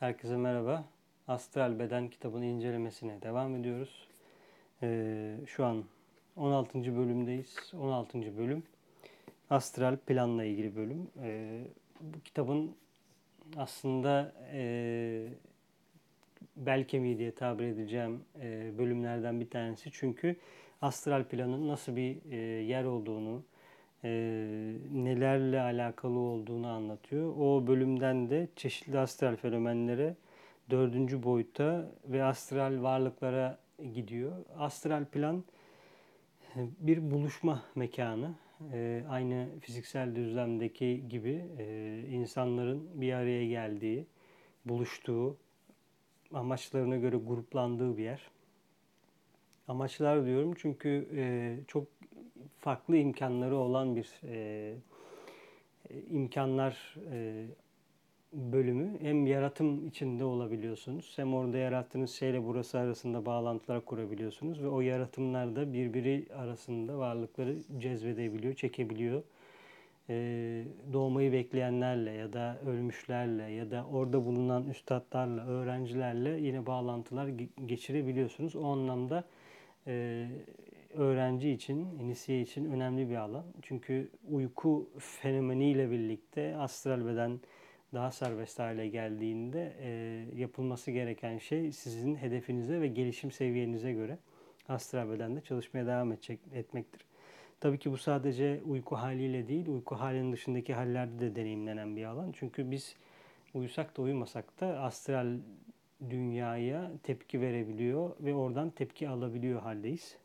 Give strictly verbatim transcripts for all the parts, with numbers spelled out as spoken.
Herkese merhaba. Astral Beden kitabının incelemesine devam ediyoruz. Ee, şu an on altıncı bölümdeyiz. on altıncı bölüm astral planla ilgili bölüm. Ee, bu kitabın aslında e, bel kemiği diye tabir edeceğim e, bölümlerden bir tanesi. Çünkü astral planın nasıl bir e, yer olduğunu, e, nelerle alakalı olduğunu anlatıyor. O bölümden de çeşitli astral fenomenlere, dördüncü boyuta ve astral varlıklara gidiyor. Astral plan bir buluşma mekanı. E, aynı fiziksel düzlemdeki gibi e, insanların bir araya geldiği, buluştuğu, amaçlarına göre gruplandığı bir yer. Amaçlar diyorum çünkü e, çok farklı imkanları olan bir e, imkanlar e, bölümü. Hem yaratım içinde olabiliyorsunuz, hem orada yarattığınız şeyle burası arasında bağlantılar kurabiliyorsunuz ve o yaratımlar da birbiri arasında varlıkları cezbedebiliyor, çekebiliyor. Ee, doğmayı bekleyenlerle ya da ölmüşlerle ya da orada bulunan üstadlarla, öğrencilerle yine bağlantılar geçirebiliyorsunuz. O anlamda e, öğrenci için, inisiye için önemli bir alan. Çünkü uyku fenomeniyle birlikte astral beden daha serbest hale geldiğinde e, yapılması gereken şey sizin hedefinize ve gelişim seviyenize göre astral bedende çalışmaya devam edecek, etmektir. Tabii ki bu sadece uyku haliyle değil, uyku halinin dışındaki hallerde de deneyimlenen bir alan. Çünkü biz uyusak da uyumasak da astral dünyaya tepki verebiliyor ve oradan tepki alabiliyor haldeyiz.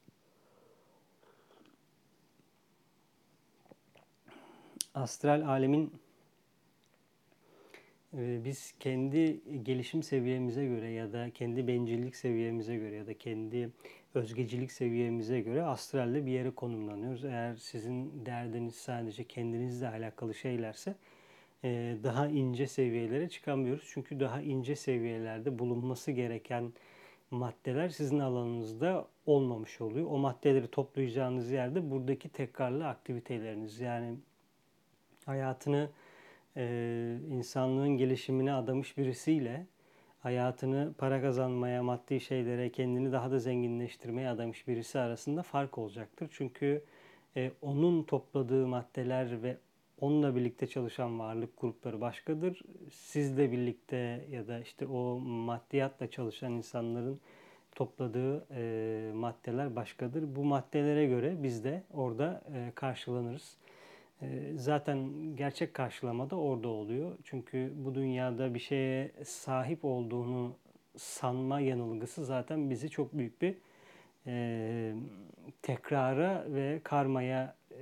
Astral alemin e, biz kendi gelişim seviyemize göre ya da kendi bencillik seviyemize göre ya da kendi özgecilik seviyemize göre astralde bir yere konumlanıyoruz. Eğer sizin derdiniz sadece kendinizle alakalı şeylerse e, daha ince seviyelere çıkamıyoruz. Çünkü daha ince seviyelerde bulunması gereken maddeler sizin alanınızda olmamış oluyor. O maddeleri toplayacağınız yerde buradaki tekrarlı aktiviteleriniz, yani hayatını e, insanlığın gelişimine adamış birisiyle hayatını para kazanmaya, maddi şeylere, kendini daha da zenginleştirmeye adamış birisi arasında fark olacaktır. Çünkü e, onun topladığı maddeler ve onunla birlikte çalışan varlık grupları başkadır. Sizle birlikte ya da işte o maddiyatla çalışan insanların topladığı e, maddeler başkadır. Bu maddelere göre biz de orada e, karşılanırız. E, zaten gerçek karşılama da orada oluyor. Çünkü bu dünyada bir şeye sahip olduğunu sanma yanılgısı zaten bizi çok büyük bir e, tekrara ve karmaya e,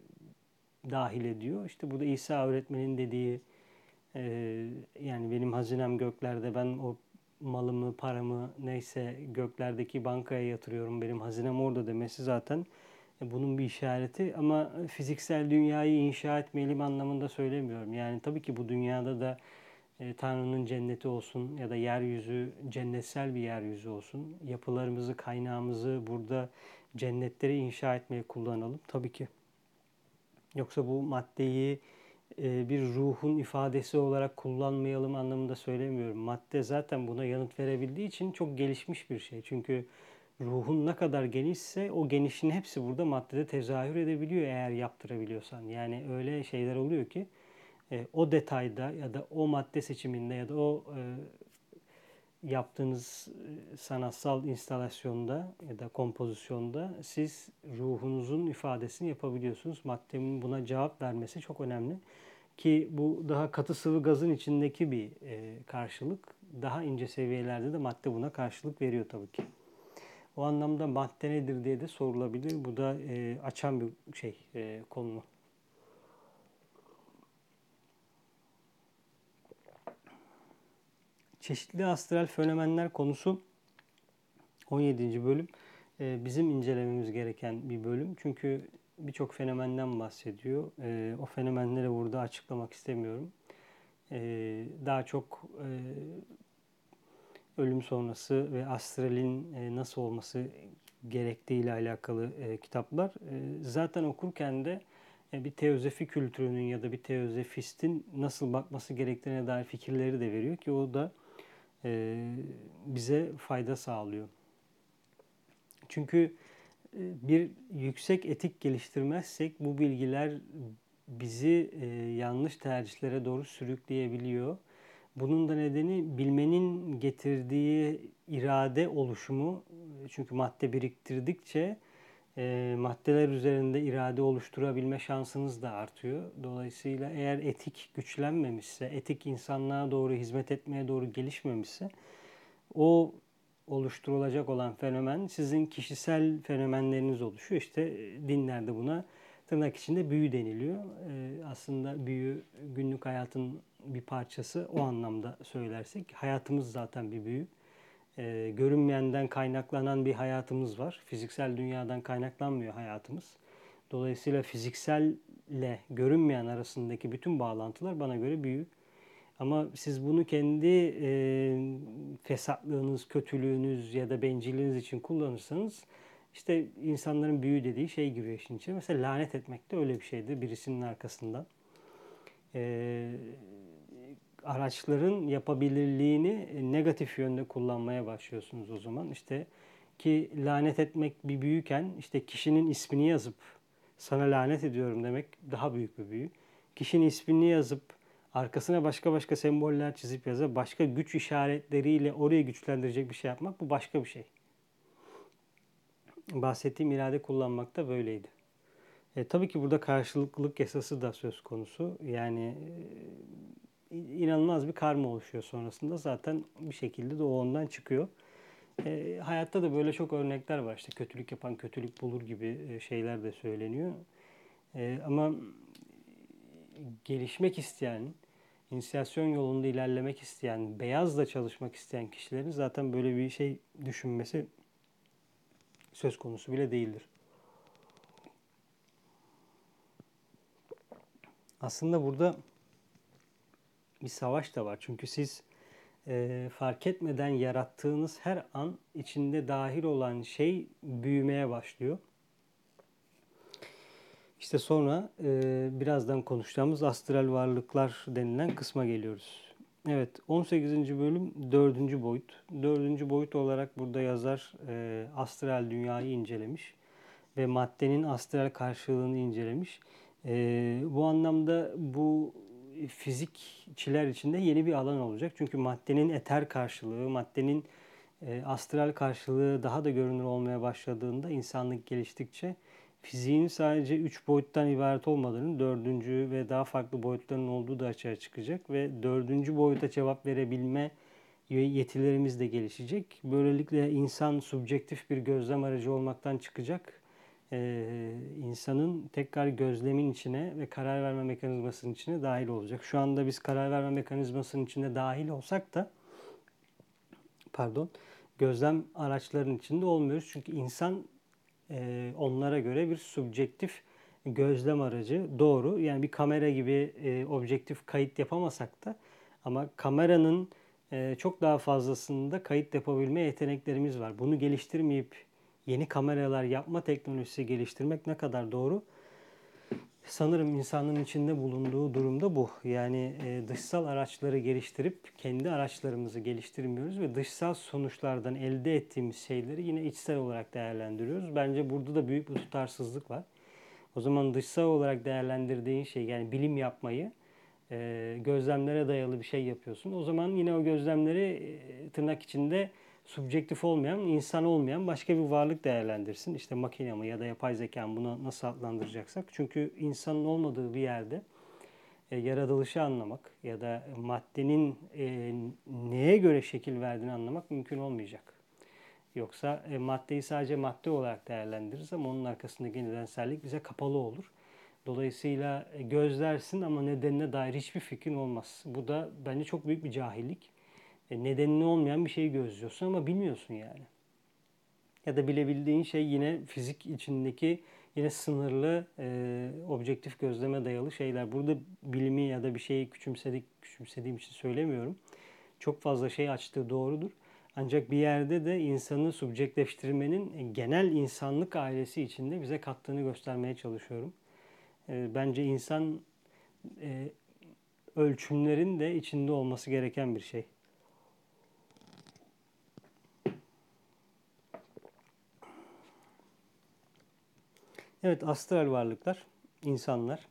dahil ediyor. İşte burada İsa öğretmenin dediği e, yani benim hazinem göklerde, ben o malımı, paramı neyse göklerdeki bankaya yatırıyorum, benim hazinem orada demesi zaten bunun bir işareti. Ama fiziksel dünyayı inşa etmeyelim anlamında söylemiyorum. Yani tabii ki bu dünyada da e, Tanrı'nın cenneti olsun ya da yeryüzü cennetsel bir yeryüzü olsun. Yapılarımızı, kaynağımızı burada cennetleri inşa etmeye kullanalım. Tabii ki. Yoksa bu maddeyi e, bir ruhun ifadesi olarak kullanmayalım anlamında söylemiyorum. Madde zaten buna yanıt verebildiği için çok gelişmiş bir şey. Çünkü ruhun ne kadar genişse o genişin hepsi burada maddede tezahür edebiliyor eğer yaptırabiliyorsan. Yani öyle şeyler oluyor ki e, o detayda ya da o madde seçiminde ya da o e, yaptığınız e, sanatsal instalasyonda ya da kompozisyonda siz ruhunuzun ifadesini yapabiliyorsunuz. Maddenin buna cevap vermesi çok önemli. Ki bu daha katı sıvı gazın içindeki bir e, karşılık. Daha ince seviyelerde de madde buna karşılık veriyor tabii ki. O anlamda madde nedir diye de sorulabilir. Bu da e, açan bir şey e, konu. Çeşitli astral fenomenler konusu on yedinci bölüm e, bizim incelememiz gereken bir bölüm. Çünkü birçok fenomenden bahsediyor. E, o fenomenleri burada açıklamak istemiyorum. E, daha çok e, ölüm sonrası ve astralin e, nasıl olması gerektiği ile alakalı e, kitaplar. E, zaten okurken de e, bir teozofi kültürünün ya da bir teozofistin nasıl bakması gerektiğine dair fikirleri de veriyor ki o da e, bize fayda sağlıyor. Çünkü e, bir yüksek etik geliştirmezsek bu bilgiler bizi e, yanlış tercihlere doğru sürükleyebiliyor. Bunun da nedeni bilmenin getirdiği irade oluşumu. Çünkü madde biriktirdikçe e, maddeler üzerinde irade oluşturabilme şansınız da artıyor. Dolayısıyla eğer etik güçlenmemişse, etik insanlığa doğru hizmet etmeye doğru gelişmemişse o oluşturulacak olan fenomen sizin kişisel fenomenleriniz oluşuyor. İşte e, dinlerde buna tırnak içinde büyü deniliyor. E, aslında büyü günlük hayatın bir parçası o anlamda söylersek. Hayatımız zaten bir büyü. E, görünmeyenden kaynaklanan bir hayatımız var. Fiziksel dünyadan kaynaklanmıyor hayatımız. Dolayısıyla fizikselle görünmeyen arasındaki bütün bağlantılar bana göre büyü. Ama siz bunu kendi e, fesatlığınız, kötülüğünüz ya da bencilliğiniz için kullanırsanız işte insanların büyü dediği şey giriyor işin içine. Mesela lanet etmek de öyle bir şeydi birisinin arkasından. E, araçların yapabilirliğini negatif yönde kullanmaya başlıyorsunuz o zaman. İşte ki lanet etmek bir büyüken işte kişinin ismini yazıp sana lanet ediyorum demek daha büyük bir büyü. Kişinin ismini yazıp arkasına başka başka semboller çizip yazıp başka güç işaretleriyle orayı güçlendirecek bir şey yapmak bu başka bir şey. Bahsettiğim irade kullanmak da böyleydi. E, tabii ki burada karşılıklılık yasası da söz konusu. Yani e, inanılmaz bir karma oluşuyor sonrasında. Zaten bir şekilde de o ondan çıkıyor. E, hayatta da böyle çok örnekler var. İşte kötülük yapan kötülük bulur gibi e, şeyler de söyleniyor. E, ama gelişmek isteyen, inisiyasyon yolunda ilerlemek isteyen, beyazla çalışmak isteyen kişilerin zaten böyle bir şey düşünmesi söz konusu bile değildir. Aslında burada bir savaş da var. Çünkü siz e, fark etmeden yarattığınız her an içinde dahil olan şey büyümeye başlıyor. İşte sonra e, birazdan konuşacağımız astral varlıklar denilen kısma geliyoruz. Evet, on sekizinci bölüm dördüncü boyut. Dördüncü boyut olarak burada yazar e, astral dünyayı incelemiş ve maddenin astral karşılığını incelemiş. E, bu anlamda bu fizikçiler için de yeni bir alan olacak. Çünkü maddenin eter karşılığı, maddenin e, astral karşılığı daha da görünür olmaya başladığında insanlık geliştikçe fiziğin sadece üç boyuttan ibaret olmadığını, dördüncü ve daha farklı boyutların olduğu da açığa çıkacak ve dördüncü boyuta cevap verebilme yetilerimiz de gelişecek. Böylelikle insan subjektif bir gözlem aracı olmaktan çıkacak. Ee, insanın tekrar gözlemin içine ve karar verme mekanizmasının içine dahil olacak. Şu anda biz karar verme mekanizmasının içinde dahil olsak da pardon gözlem araçlarının içinde olmuyoruz. Çünkü insan e, onlara göre bir subjektif gözlem aracı. Doğru. Yani bir kamera gibi e, objektif kayıt yapamasak da ama kameranın e, çok daha fazlasında kayıt yapabilme yeteneklerimiz var. Bunu geliştirmeyip yeni kameralar yapma teknolojisi geliştirmek ne kadar doğru? Sanırım insanın içinde bulunduğu durumda bu. Yani e, dışsal araçları geliştirip kendi araçlarımızı geliştirmiyoruz ve dışsal sonuçlardan elde ettiğimiz şeyleri yine içsel olarak değerlendiriyoruz. Bence burada da büyük bir tutarsızlık var. O zaman dışsal olarak değerlendirdiğin şey yani bilim yapmayı e, gözlemlere dayalı bir şey yapıyorsun. O zaman yine o gözlemleri e, tırnak içinde subjektif olmayan, insan olmayan başka bir varlık değerlendirsin. İşte makine mi ya da yapay zeka mı bunu nasıl adlandıracaksak. Çünkü insanın olmadığı bir yerde e, yaratılışı anlamak ya da maddenin e, neye göre şekil verdiğini anlamak mümkün olmayacak. Yoksa e, maddeyi sadece madde olarak değerlendiririz ama onun arkasındaki nedensellik bize kapalı olur. Dolayısıyla e, gözlersin ama nedenine dair hiçbir fikrin olmaz. Bu da bence çok büyük bir cahillik. E, nedenini olmayan bir şeyi gözlüyorsun ama bilmiyorsun yani. Ya da bilebildiğin şey yine fizik içindeki yine sınırlı e, objektif gözleme dayalı şeyler. Burada bilimi ya da bir şeyi küçümsedik, küçümsediğim için söylemiyorum. Çok fazla şey açtığı doğrudur. Ancak bir yerde de insanı subjekleştirmenin genel insanlık ailesi içinde bize kattığını göstermeye çalışıyorum. E, bence insan e, ölçümlerin de içinde olması gereken bir şey. Evet, astral varlıklar, insanlar.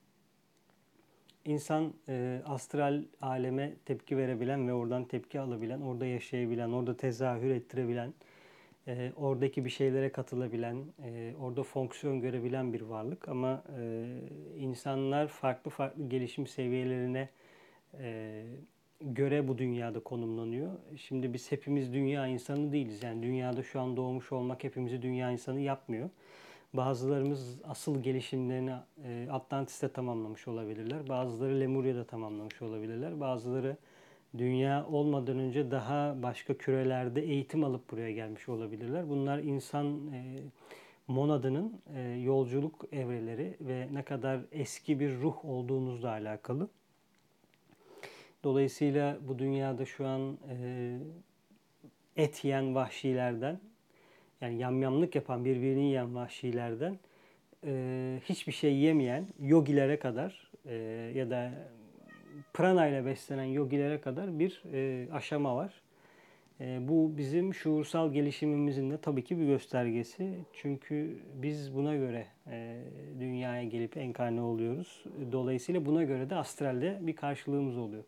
İnsan e, astral aleme tepki verebilen ve oradan tepki alabilen, orada yaşayabilen, orada tezahür ettirebilen, e, oradaki bir şeylere katılabilen, e, orada fonksiyon görebilen bir varlık. Ama e, insanlar farklı farklı gelişim seviyelerine e, göre bu dünyada konumlanıyor. Şimdi biz hepimiz dünya insanı değiliz. Yani dünyada şu an doğmuş olmak hepimizi dünya insanı yapmıyor. Bazılarımız asıl gelişimlerini e, Atlantis'te tamamlamış olabilirler. Bazıları Lemurya'da tamamlamış olabilirler. Bazıları dünya olmadan önce daha başka kürelerde eğitim alıp buraya gelmiş olabilirler. Bunlar insan e, monadının e, yolculuk evreleri ve ne kadar eski bir ruh olduğunuzla alakalı. Dolayısıyla bu dünyada şu an e, et yiyen vahşilerden, yani yamyamlık yapan, birbirini yiyen vahşilerden e, hiçbir şey yemeyen yogilere kadar e, ya da prana ile beslenen yogilere kadar bir e, aşama var. E, bu bizim şuursal gelişimimizin de tabii ki bir göstergesi. Çünkü biz buna göre e, dünyaya gelip enkarne oluyoruz. Dolayısıyla buna göre de astralde bir karşılığımız oluyor.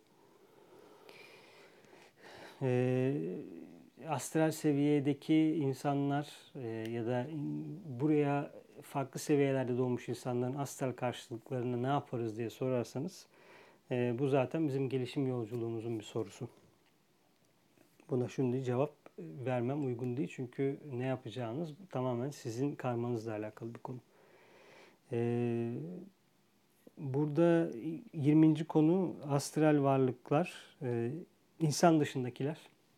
E, astral seviyedeki insanlar e, ya da buraya farklı seviyelerde doğmuş insanların astral karşılıklarına ne yaparız diye sorarsanız e, bu zaten bizim gelişim yolculuğumuzun bir sorusu. Buna şimdi cevap vermem uygun değil çünkü ne yapacağınız tamamen sizin karmanızla alakalı bir konu. E, burada yirminci konu astral varlıklar, e, insan dışındakiler.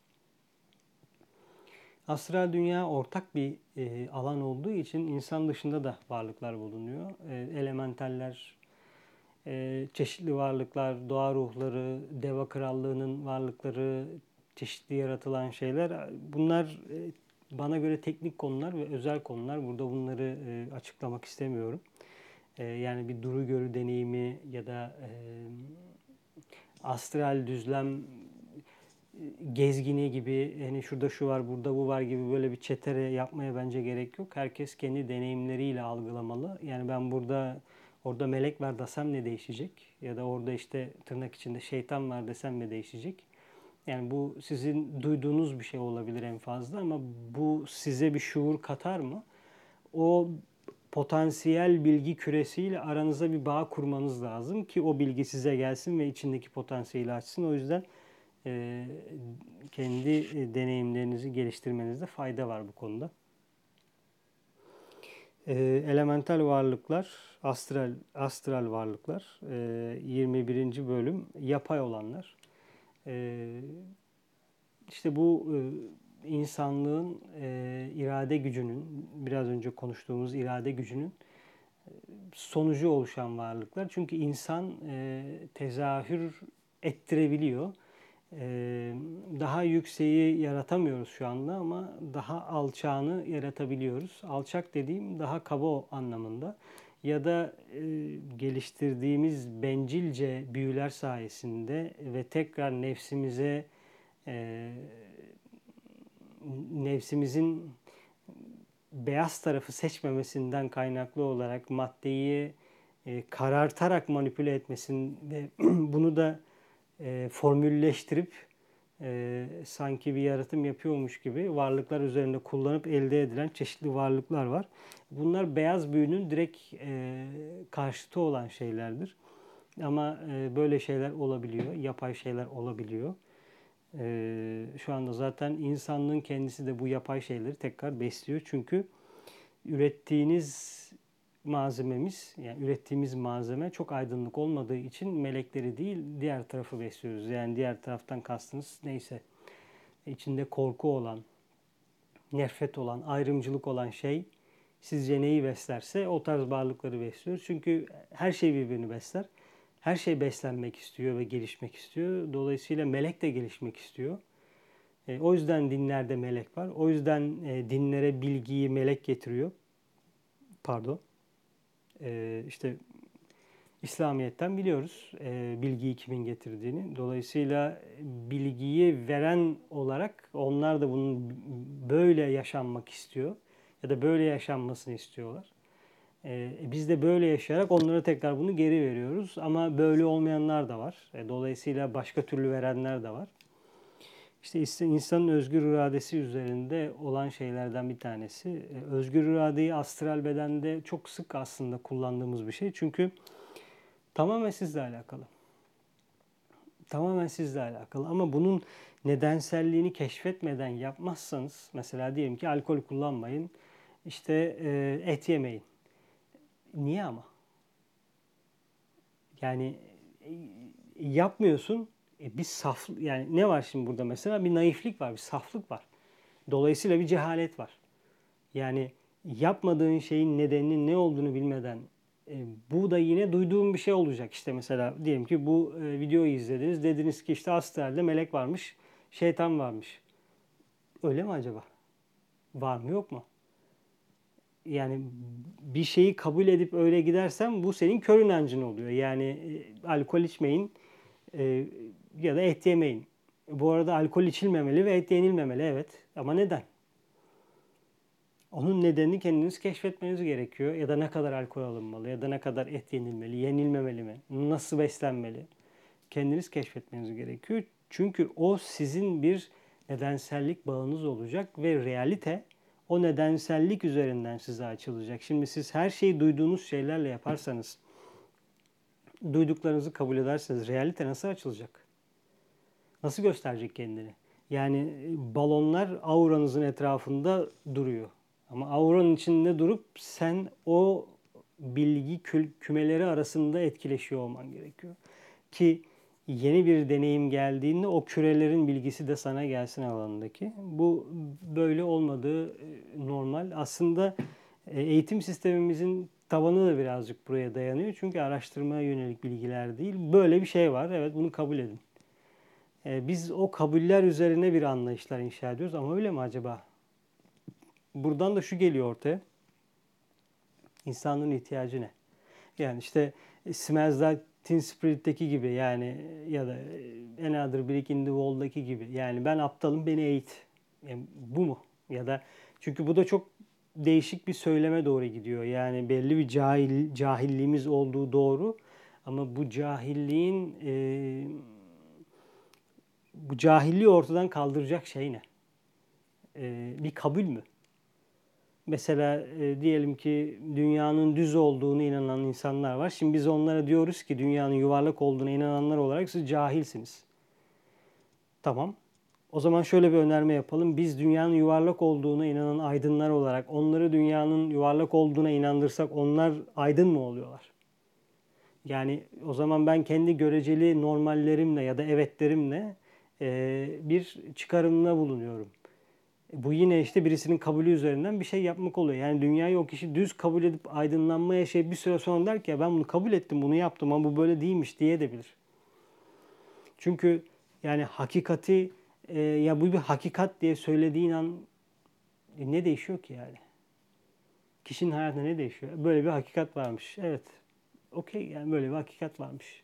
Astral dünya ortak bir e, alan olduğu için insan dışında da varlıklar bulunuyor. E, elementaller, e, çeşitli varlıklar, doğa ruhları, deva krallığının varlıkları, çeşitli yaratılan şeyler. Bunlar e, bana göre teknik konular ve özel konular. Burada bunları e, açıklamak istemiyorum. E, yani bir duru görü deneyimi ya da e, astral düzlem gezgini gibi hani şurada şu var burada bu var gibi böyle bir çetere yapmaya bence gerek yok. Herkes kendi deneyimleriyle algılamalı. Yani ben burada orada melek var desem ne değişecek? Ya da orada işte tırnak içinde şeytan var desem ne değişecek? Yani bu sizin duyduğunuz bir şey olabilir en fazla ama bu size bir şuur katar mı? O potansiyel bilgi küresiyle aranıza bir bağ kurmanız lazım ki o bilgi size gelsin ve içindeki potansiyeli açsın. O yüzden e, kendi deneyimlerinizi geliştirmenizde fayda var bu konuda. E, elemental varlıklar, astral astral varlıklar, e, yirmi birinci bölüm yapay olanlar. E, işte bu e, insanlığın e, irade gücünün, biraz önce konuştuğumuz irade gücünün sonucu oluşan varlıklar. Çünkü insan e, tezahür ettirebiliyor. E, daha yükseği yaratamıyoruz şu anda ama daha alçağını yaratabiliyoruz. Alçak dediğim daha kaba anlamında. Ya da e, geliştirdiğimiz bencilce büyüler sayesinde ve tekrar nefsimize e, nefsimizin beyaz tarafı seçmemesinden kaynaklı olarak maddeyi e, karartarak manipüle etmesin ve bunu da e, formülleştirip e, sanki bir yaratım yapıyormuş gibi varlıklar üzerinde kullanıp elde edilen çeşitli varlıklar var. Bunlar beyaz büyünün direkt e, karşıtı olan şeylerdir. Ama e, böyle şeyler olabiliyor, yapay şeyler olabiliyor. E, şu anda zaten insanlığın kendisi de bu yapay şeyleri tekrar besliyor. Çünkü ürettiğiniz malzememiz, yani ürettiğimiz malzeme çok aydınlık olmadığı için melekleri değil diğer tarafı besliyoruz. Yani diğer taraftan kastınız neyse. İçinde korku olan, nefret olan, ayrımcılık olan şey sizce neyi beslerse o tarz varlıkları besliyor. Çünkü her şey birbirini besler. Her şey beslenmek istiyor ve gelişmek istiyor. Dolayısıyla melek de gelişmek istiyor. E, o yüzden dinlerde melek var. O yüzden e, dinlere bilgiyi melek getiriyor. Pardon. E, işte İslamiyet'ten biliyoruz e, bilgiyi kimin getirdiğini. Dolayısıyla bilgiyi veren olarak onlar da bunun böyle yaşanmak istiyor ya da böyle yaşanmasını istiyorlar. E, biz de böyle yaşayarak onlara tekrar bunu geri veriyoruz. Ama böyle olmayanlar da var. E, dolayısıyla başka türlü verenler de var. İşte insanın özgür iradesi üzerinde olan şeylerden bir tanesi. E, özgür iradeyi astral bedende çok sık aslında kullandığımız bir şey. Çünkü tamamen sizle alakalı. Tamamen sizle alakalı. Ama bunun nedenselliğini keşfetmeden yapmazsanız, mesela diyelim ki alkol kullanmayın, işte e, et yemeyin. Niye ama? Yani e, yapmıyorsun. E, bir saf, yani ne var şimdi burada mesela? Bir naiflik var, bir saflık var. Dolayısıyla bir cehalet var. Yani yapmadığın şeyin nedeninin ne olduğunu bilmeden e, bu da yine duyduğum bir şey olacak. İşte mesela diyelim ki bu e, videoyu izlediniz. Dediniz ki işte astralde melek varmış, şeytan varmış. Öyle mi acaba? Var mı yok mu? Yani bir şeyi kabul edip öyle gidersen bu senin kör inancın oluyor. Yani e, alkol içmeyin e, ya da et yemeyin. Bu arada alkol içilmemeli ve et yenilmemeli, evet. Ama neden? Onun nedenini kendiniz keşfetmeniz gerekiyor. Ya da ne kadar alkol alınmalı, ya da ne kadar et yenilmeli, yenilmemeli mi? Nasıl beslenmeli? Kendiniz keşfetmeniz gerekiyor. Çünkü o sizin bir nedensellik bağınız olacak ve realite o nedensellik üzerinden size açılacak. Şimdi siz her şeyi duyduğunuz şeylerle yaparsanız, duyduklarınızı kabul ederseniz realite nasıl açılacak? Nasıl gösterecek kendini? Yani e, balonlar auranızın etrafında duruyor. Ama auranın içinde durup sen o bilgi kü- kümeleri arasında etkileşiyor olman gerekiyor. Ki yeni bir deneyim geldiğinde o kürelerin bilgisi de sana gelsin alanındaki. Bu böyle olmadığı e, normal. Aslında e, eğitim sistemimizin tabanı da birazcık buraya dayanıyor. Çünkü araştırmaya yönelik bilgiler değil. Böyle bir şey var. Evet, bunu kabul edin. E, biz o kabuller üzerine bir anlayışlar inşa ediyoruz. Ama öyle mi acaba? Buradan da şu geliyor ortaya. İnsanlığın ihtiyacı ne? Yani işte Smells Like Teen Spirit'teki gibi, yani ya da Another Brick in the Wall'daki gibi. Yani ben aptalım, beni eğit. Yani bu mu? Ya da çünkü bu da çok değişik bir söyleme doğru gidiyor. Yani belli bir cahil, cahilliğimiz olduğu doğru. Ama bu cahilliğin e, bu cahilliği ortadan kaldıracak şey ne? E, bir kabul mü? Mesela e, diyelim ki dünyanın düz olduğunu inanan insanlar var. Şimdi biz onlara diyoruz ki dünyanın yuvarlak olduğuna inananlar olarak siz cahilsiniz. Tamam. O zaman şöyle bir önerme yapalım. Biz dünyanın yuvarlak olduğuna inanan aydınlar olarak onları dünyanın yuvarlak olduğuna inandırsak onlar aydın mı oluyorlar? Yani o zaman ben kendi göreceli normallerimle ya da evetlerimle e, bir çıkarımda bulunuyorum. Bu yine işte birisinin kabulü üzerinden bir şey yapmak oluyor. Yani dünyayı o kişi düz kabul edip aydınlanma yaşayıp bir süre sonra der ki ya ben bunu kabul ettim, bunu yaptım ama bu böyle değilmiş diye de bilir. Çünkü yani hakikati e, ya bu bir hakikat diye söylediğin an e, ne değişiyor ki yani? Kişinin hayatında ne değişiyor? Böyle bir hakikat varmış. Evet. Okey, yani böyle bir hakikat varmış.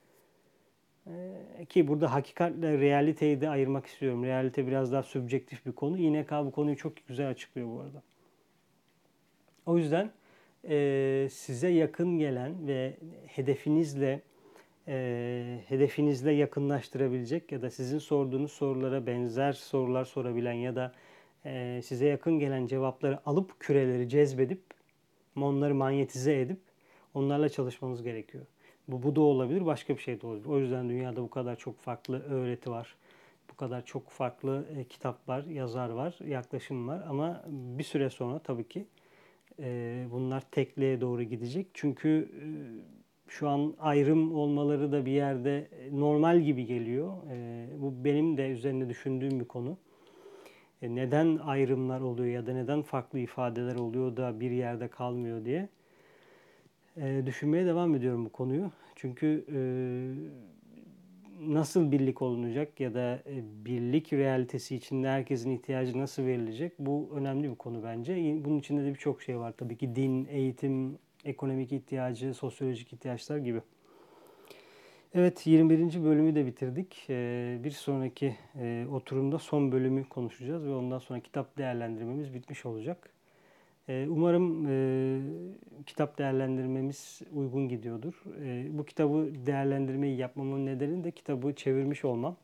Ee, ki burada hakikatle realiteyi de ayırmak istiyorum. Realite biraz daha subjektif bir konu. İ N K bu konuyu çok güzel açıklıyor bu arada. O yüzden e, size yakın gelen ve hedefinizle e, hedefinizle yakınlaştırabilecek ya da sizin sorduğunuz sorulara benzer sorular sorabilen ya da e, size yakın gelen cevapları alıp küreleri cezbedip onları manyetize edip onlarla çalışmanız gerekiyor. Bu, bu da olabilir, başka bir şey de olabilir. O yüzden dünyada bu kadar çok farklı öğreti var. Bu kadar çok farklı e, kitap var, yazar var, yaklaşım var. Ama bir süre sonra tabii ki e, bunlar tekliğe doğru gidecek. Çünkü e, şu an ayrım olmaları da bir yerde normal gibi geliyor. E, bu benim de üzerine düşündüğüm bir konu. E, neden ayrımlar oluyor ya da neden farklı ifadeler oluyor da bir yerde kalmıyor diye e, düşünmeye devam ediyorum bu konuyu. Çünkü e, nasıl birlik olunacak ya da e, birlik realitesi içinde herkesin ihtiyacı nasıl verilecek? Bu önemli bir konu bence. Bunun içinde de birçok şey var. Tabii ki din, eğitim, ekonomik ihtiyacı, sosyolojik ihtiyaçlar gibi. Evet, yirmi birinci bölümü de bitirdik. E, bir sonraki e, oturumda son bölümü konuşacağız ve ondan sonra kitap değerlendirmemiz bitmiş olacak. Eee, umarım eee, kitap değerlendirmemiz uygun gidiyordur. Eee, bu kitabı değerlendirmeyi yapmamın nedeni de kitabı çevirmiş olmam.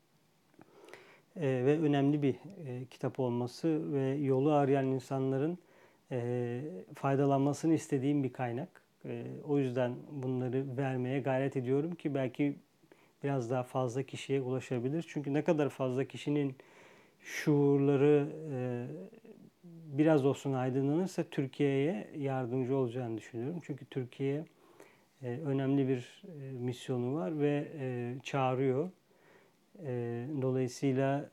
Eee, ve önemli bir eee, kitap olması ve yolu arayan insanların eee, faydalanmasını istediğim bir kaynak. Eee, o yüzden bunları vermeye gayret ediyorum ki belki biraz daha fazla kişiye ulaşabilir. Çünkü ne kadar fazla kişinin şuurları eee, biraz olsun aydınlanırsa Türkiye'ye yardımcı olacağını düşünüyorum. Çünkü Türkiye eee, önemli bir eee, misyonu var ve eee, çağırıyor. Eee, dolayısıyla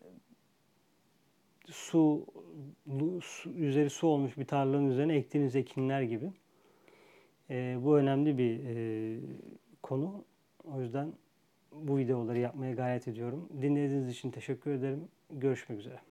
su, su üzeri su olmuş bir tarlanın üzerine ektiğiniz ekinler gibi. Eee, bu önemli bir eee, konu. O yüzden bu videoları yapmaya gayret ediyorum. Dinlediğiniz için teşekkür ederim. Görüşmek üzere.